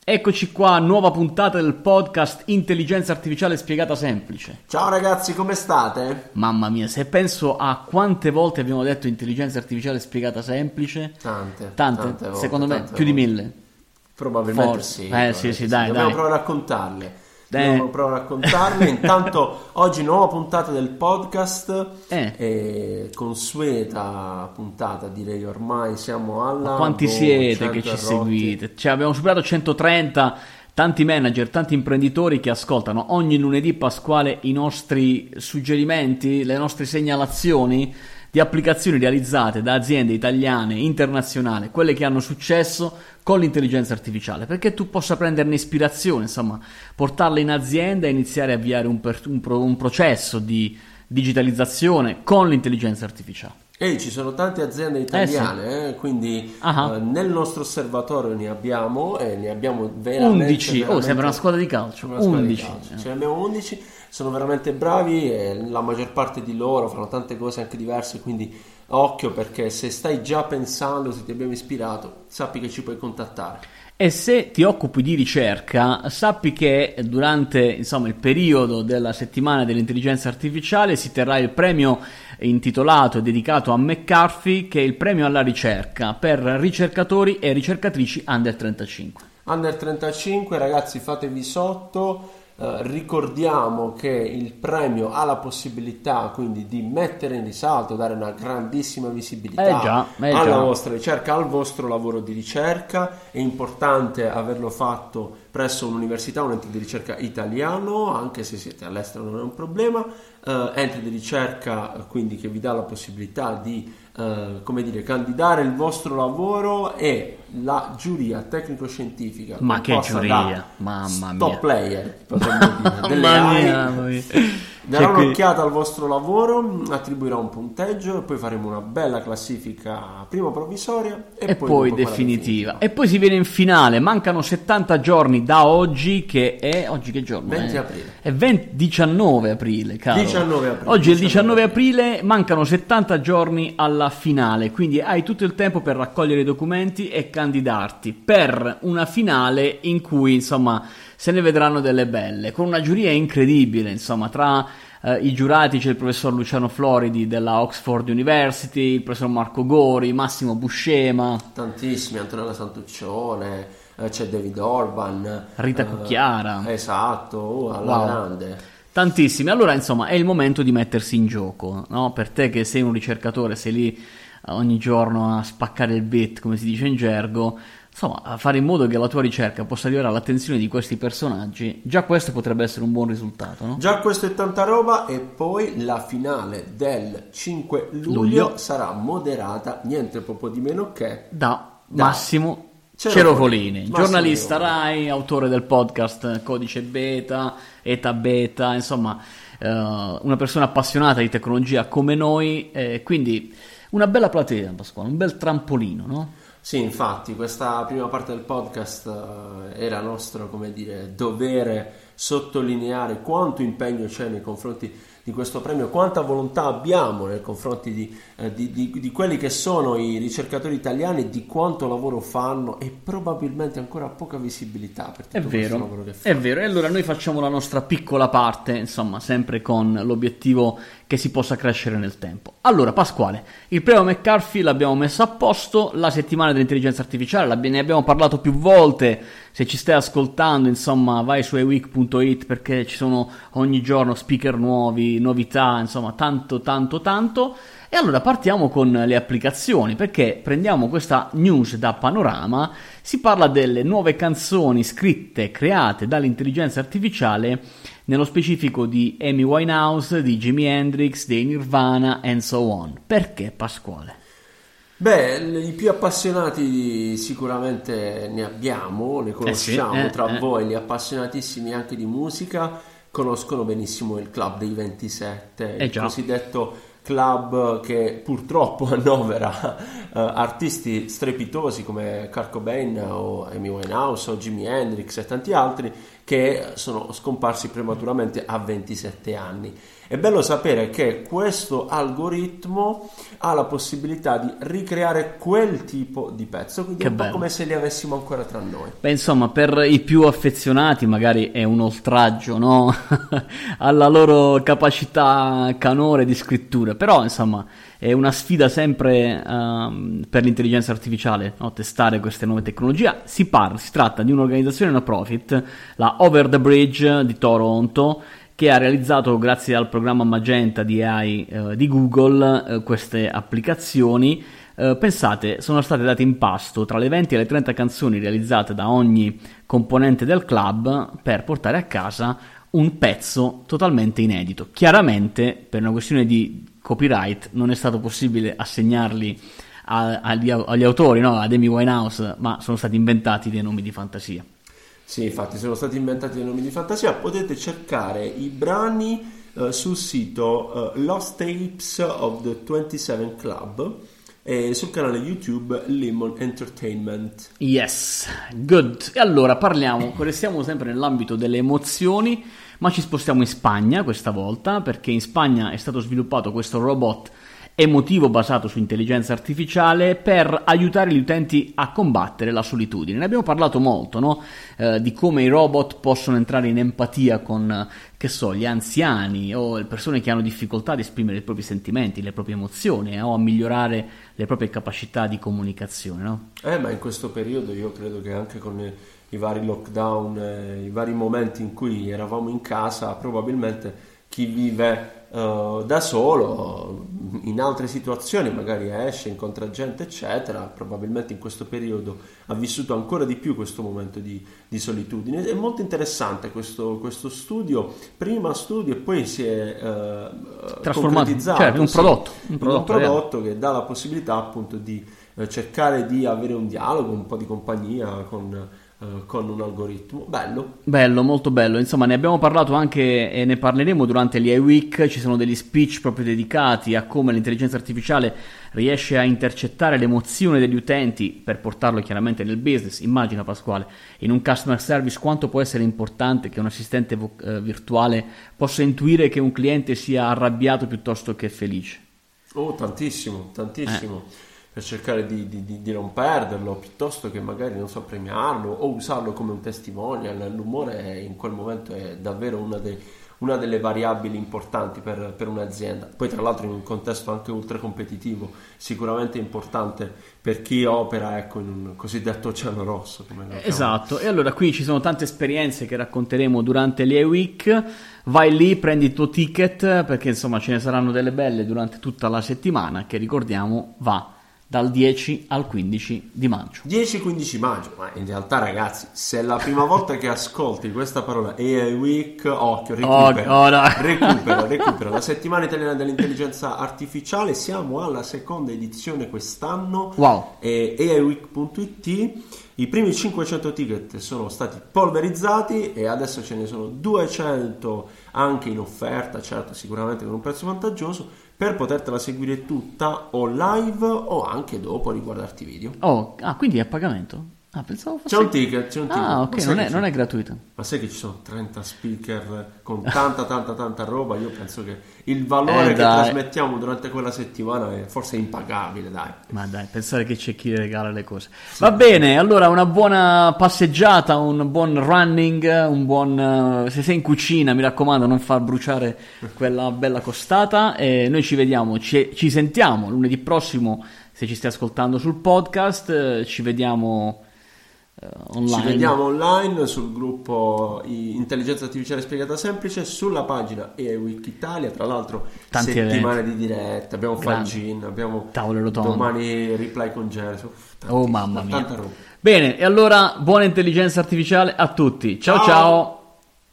Eccoci qua, nuova puntata del podcast Intelligenza Artificiale Spiegata Semplice. Ciao ragazzi, come state? Mamma mia, se penso a quante volte abbiamo detto Intelligenza Artificiale Spiegata Semplice. Tante volte, secondo me tante più di volte. 1000. Probabilmente Forse. sì. Dai. Dobbiamo provare a contarle. Intanto oggi nuova puntata del podcast, consueta puntata, direi ormai siamo alla... Ma quanti siete che ci seguite? Cioè, abbiamo superato 130, tanti manager, tanti imprenditori che ascoltano ogni lunedì pasquale i nostri suggerimenti, le nostre segnalazioni di applicazioni realizzate da aziende italiane, internazionali, quelle che hanno successo con l'intelligenza artificiale, perché tu possa prenderne ispirazione, insomma, portarle in azienda e iniziare a avviare un processo di digitalizzazione con l'intelligenza artificiale. Ci sono tante aziende italiane, quindi nel nostro osservatorio ne abbiamo veramente 11, sembra una squadra di calcio. 11. Ce ne abbiamo 11, sono veramente bravi e la maggior parte di loro fanno tante cose anche diverse, quindi occhio, perché se stai già pensando, se ti abbiamo ispirato, sappi che ci puoi contattare. E se ti occupi di ricerca, sappi che durante il periodo della settimana dell'intelligenza artificiale si terrà il premio intitolato e dedicato a McCarthy, che è il premio alla ricerca per ricercatori e ricercatrici under 35. Under 35, ragazzi, fatevi sotto. Ricordiamo che il premio ha la possibilità quindi di mettere in risalto, dare una grandissima visibilità alla vostra ricerca, al vostro lavoro di ricerca. È importante averlo fatto presso un'università, un ente di ricerca italiano, anche se siete all'estero non è un problema. Ente di ricerca quindi che vi dà la possibilità di candidare il vostro lavoro, e la giuria tecnico-scientifica, ma che giuria, mamma mia, top player, potremmo dire, delle AI, darà un'occhiata al vostro lavoro, attribuirà un punteggio e poi faremo una bella classifica, prima provvisoria e poi definitiva, e poi si viene in finale. Mancano 70 giorni da oggi, che è oggi, che giorno 20 è? aprile È 19 aprile, caro. 19 aprile. Oggi è il 19 aprile, mancano 70 giorni alla finale, quindi hai tutto il tempo per raccogliere i documenti e candidarti per una finale in cui se ne vedranno delle belle, con una giuria incredibile, tra i giurati c'è il professor Luciano Floridi della Oxford University, il professor Marco Gori, Massimo Buscema, tantissimi, Antonella Santuccione, c'è David Orban, Rita Cucchiara, alla grande, tantissimi. Allora è il momento di mettersi in gioco, no? Per te che sei un ricercatore, sei lì ogni giorno a spaccare il bit, come si dice in gergo, a fare in modo che la tua ricerca possa arrivare all'attenzione di questi personaggi. Già questo potrebbe essere un buon risultato, no? Già questo è tanta roba. E poi la finale del 5 luglio sarà moderata niente poco di meno che da Massimo Cerofolini, giornalista Rai, autore del podcast Codice Beta, Eta Beta, una persona appassionata di tecnologia come noi, quindi una bella platea, Pasquale, un bel trampolino, no? Sì, infatti questa prima parte del podcast era nostro, dovere sottolineare quanto impegno c'è nei confronti di questo premio, quanta volontà abbiamo nei confronti di quelli che sono i ricercatori italiani, di quanto lavoro fanno, e probabilmente ancora poca visibilità per tutto questo lavoro che fanno. È vero, e allora noi facciamo la nostra piccola parte, sempre con l'obiettivo che si possa crescere nel tempo. Allora, Pasquale, il premio McCarthy l'abbiamo messo a posto, la settimana dell'intelligenza artificiale ne abbiamo parlato più volte. Se ci stai ascoltando, vai su eweek.it, perché ci sono ogni giorno speaker nuovi, novità, tanto. E allora partiamo con le applicazioni, perché prendiamo questa news da Panorama. Si parla delle nuove canzoni scritte, create dall'intelligenza artificiale, nello specifico di Amy Winehouse, di Jimi Hendrix, dei Nirvana and so on. Perché, Pasquale? I più appassionati sicuramente ne abbiamo, ne conosciamo tra voi, gli appassionatissimi anche di musica conoscono benissimo il Club dei 27, il cosiddetto club che purtroppo annovera artisti strepitosi come Kurt Cobain o Amy Winehouse o Jimi Hendrix e tanti altri che sono scomparsi prematuramente a 27 anni. È bello sapere che questo algoritmo ha la possibilità di ricreare quel tipo di pezzo, quindi è un po' come se li avessimo ancora tra noi. Beh, insomma, per i più affezionati magari è un oltraggio, no? alla loro capacità canore di scrittura, però insomma è una sfida sempre per l'intelligenza artificiale, no? Testare queste nuove tecnologie. Si tratta di un'organizzazione no profit, la Over the Bridge di Toronto, che ha realizzato, grazie al programma Magenta di AI di Google, queste applicazioni. Pensate, sono state date in pasto tra le 20 e le 30 canzoni realizzate da ogni componente del club per portare a casa un pezzo totalmente inedito. Chiaramente, per una questione di copyright, non è stato possibile assegnarli agli autori, no? Ad Amy Winehouse, ma sono stati inventati dei nomi di fantasia. Sì, infatti sono stati inventati dei nomi di fantasia. Potete cercare i brani sul sito Lost Tapes of the 27 Club e sul canale YouTube Lemon Entertainment. Yes, good. E allora restiamo sempre nell'ambito delle emozioni, ma ci spostiamo in Spagna questa volta, perché in Spagna è stato sviluppato questo robot emotivo basato su intelligenza artificiale per aiutare gli utenti a combattere la solitudine. Ne abbiamo parlato molto, no? Di come i robot possono entrare in empatia con, gli anziani o le persone che hanno difficoltà ad esprimere i propri sentimenti, le proprie emozioni, o a migliorare le proprie capacità di comunicazione, no? Ma in questo periodo io credo che anche con i vari lockdown, i vari momenti in cui eravamo in casa, probabilmente chi vive da solo, in altre situazioni magari esce, incontra gente eccetera, probabilmente in questo periodo ha vissuto ancora di più questo momento di solitudine. È molto interessante questo studio, prima studio e poi si è trasformato, cioè un prodotto che dà la possibilità appunto di cercare di avere un dialogo, un po' di compagnia con un algoritmo. Bello, molto bello. Insomma, ne abbiamo parlato anche e ne parleremo durante l'AI Week. Ci sono degli speech proprio dedicati a come l'intelligenza artificiale riesce a intercettare l'emozione degli utenti per portarlo chiaramente nel business. Immagina, Pasquale, in un customer service quanto può essere importante che un assistente virtuale possa intuire che un cliente sia arrabbiato piuttosto che felice. Tantissimo per cercare di non perderlo, piuttosto che magari, non so, premiarlo o usarlo come un testimonial. L'umore in quel momento è davvero una delle variabili importanti per un'azienda. Poi tra l'altro in un contesto anche ultra competitivo, sicuramente importante per chi opera, ecco, in un cosiddetto oceano rosso, come lo esatto. E allora qui ci sono tante esperienze che racconteremo durante l'AI Week. Vai lì, prendi il tuo ticket, perché insomma ce ne saranno delle belle durante tutta la settimana, che ricordiamo va dal 10 al 15 di maggio. 10-15 maggio, ma in realtà ragazzi, se è la prima volta che ascolti questa parola AI Week, occhio, recupera la settimana italiana dell'intelligenza artificiale. Siamo alla seconda edizione quest'anno. Wow. AIweek.it. I primi 500 ticket sono stati polverizzati e adesso ce ne sono 200 anche in offerta, certo, sicuramente con un prezzo vantaggioso, per potertela seguire tutta o live o anche dopo riguardarti video. Quindi è a pagamento? Pensavo fosse... C'è un ticket. Ok, non è gratuito. Ma sai che ci sono 30 speaker con tanta roba? Io penso che il valore che trasmettiamo durante quella settimana è forse impagabile, dai. Ma dai, pensare che c'è chi regala le cose. Sì. Va bene, allora una buona passeggiata, un buon running, se sei in cucina, mi raccomando, non far bruciare quella bella costata. E noi ci vediamo, ci sentiamo lunedì prossimo, se ci stai ascoltando sul podcast, ci vediamo online. Ci vediamo online sul gruppo Intelligenza Artificiale Spiegata Semplice, sulla pagina AI Week Italia. Tra l'altro tanti settimane di diretta, abbiamo Fangin, abbiamo tavole rotonde, domani Reply con Gerso, mamma mia, tanta roba. Bene, e allora buona intelligenza artificiale a tutti. Ciao.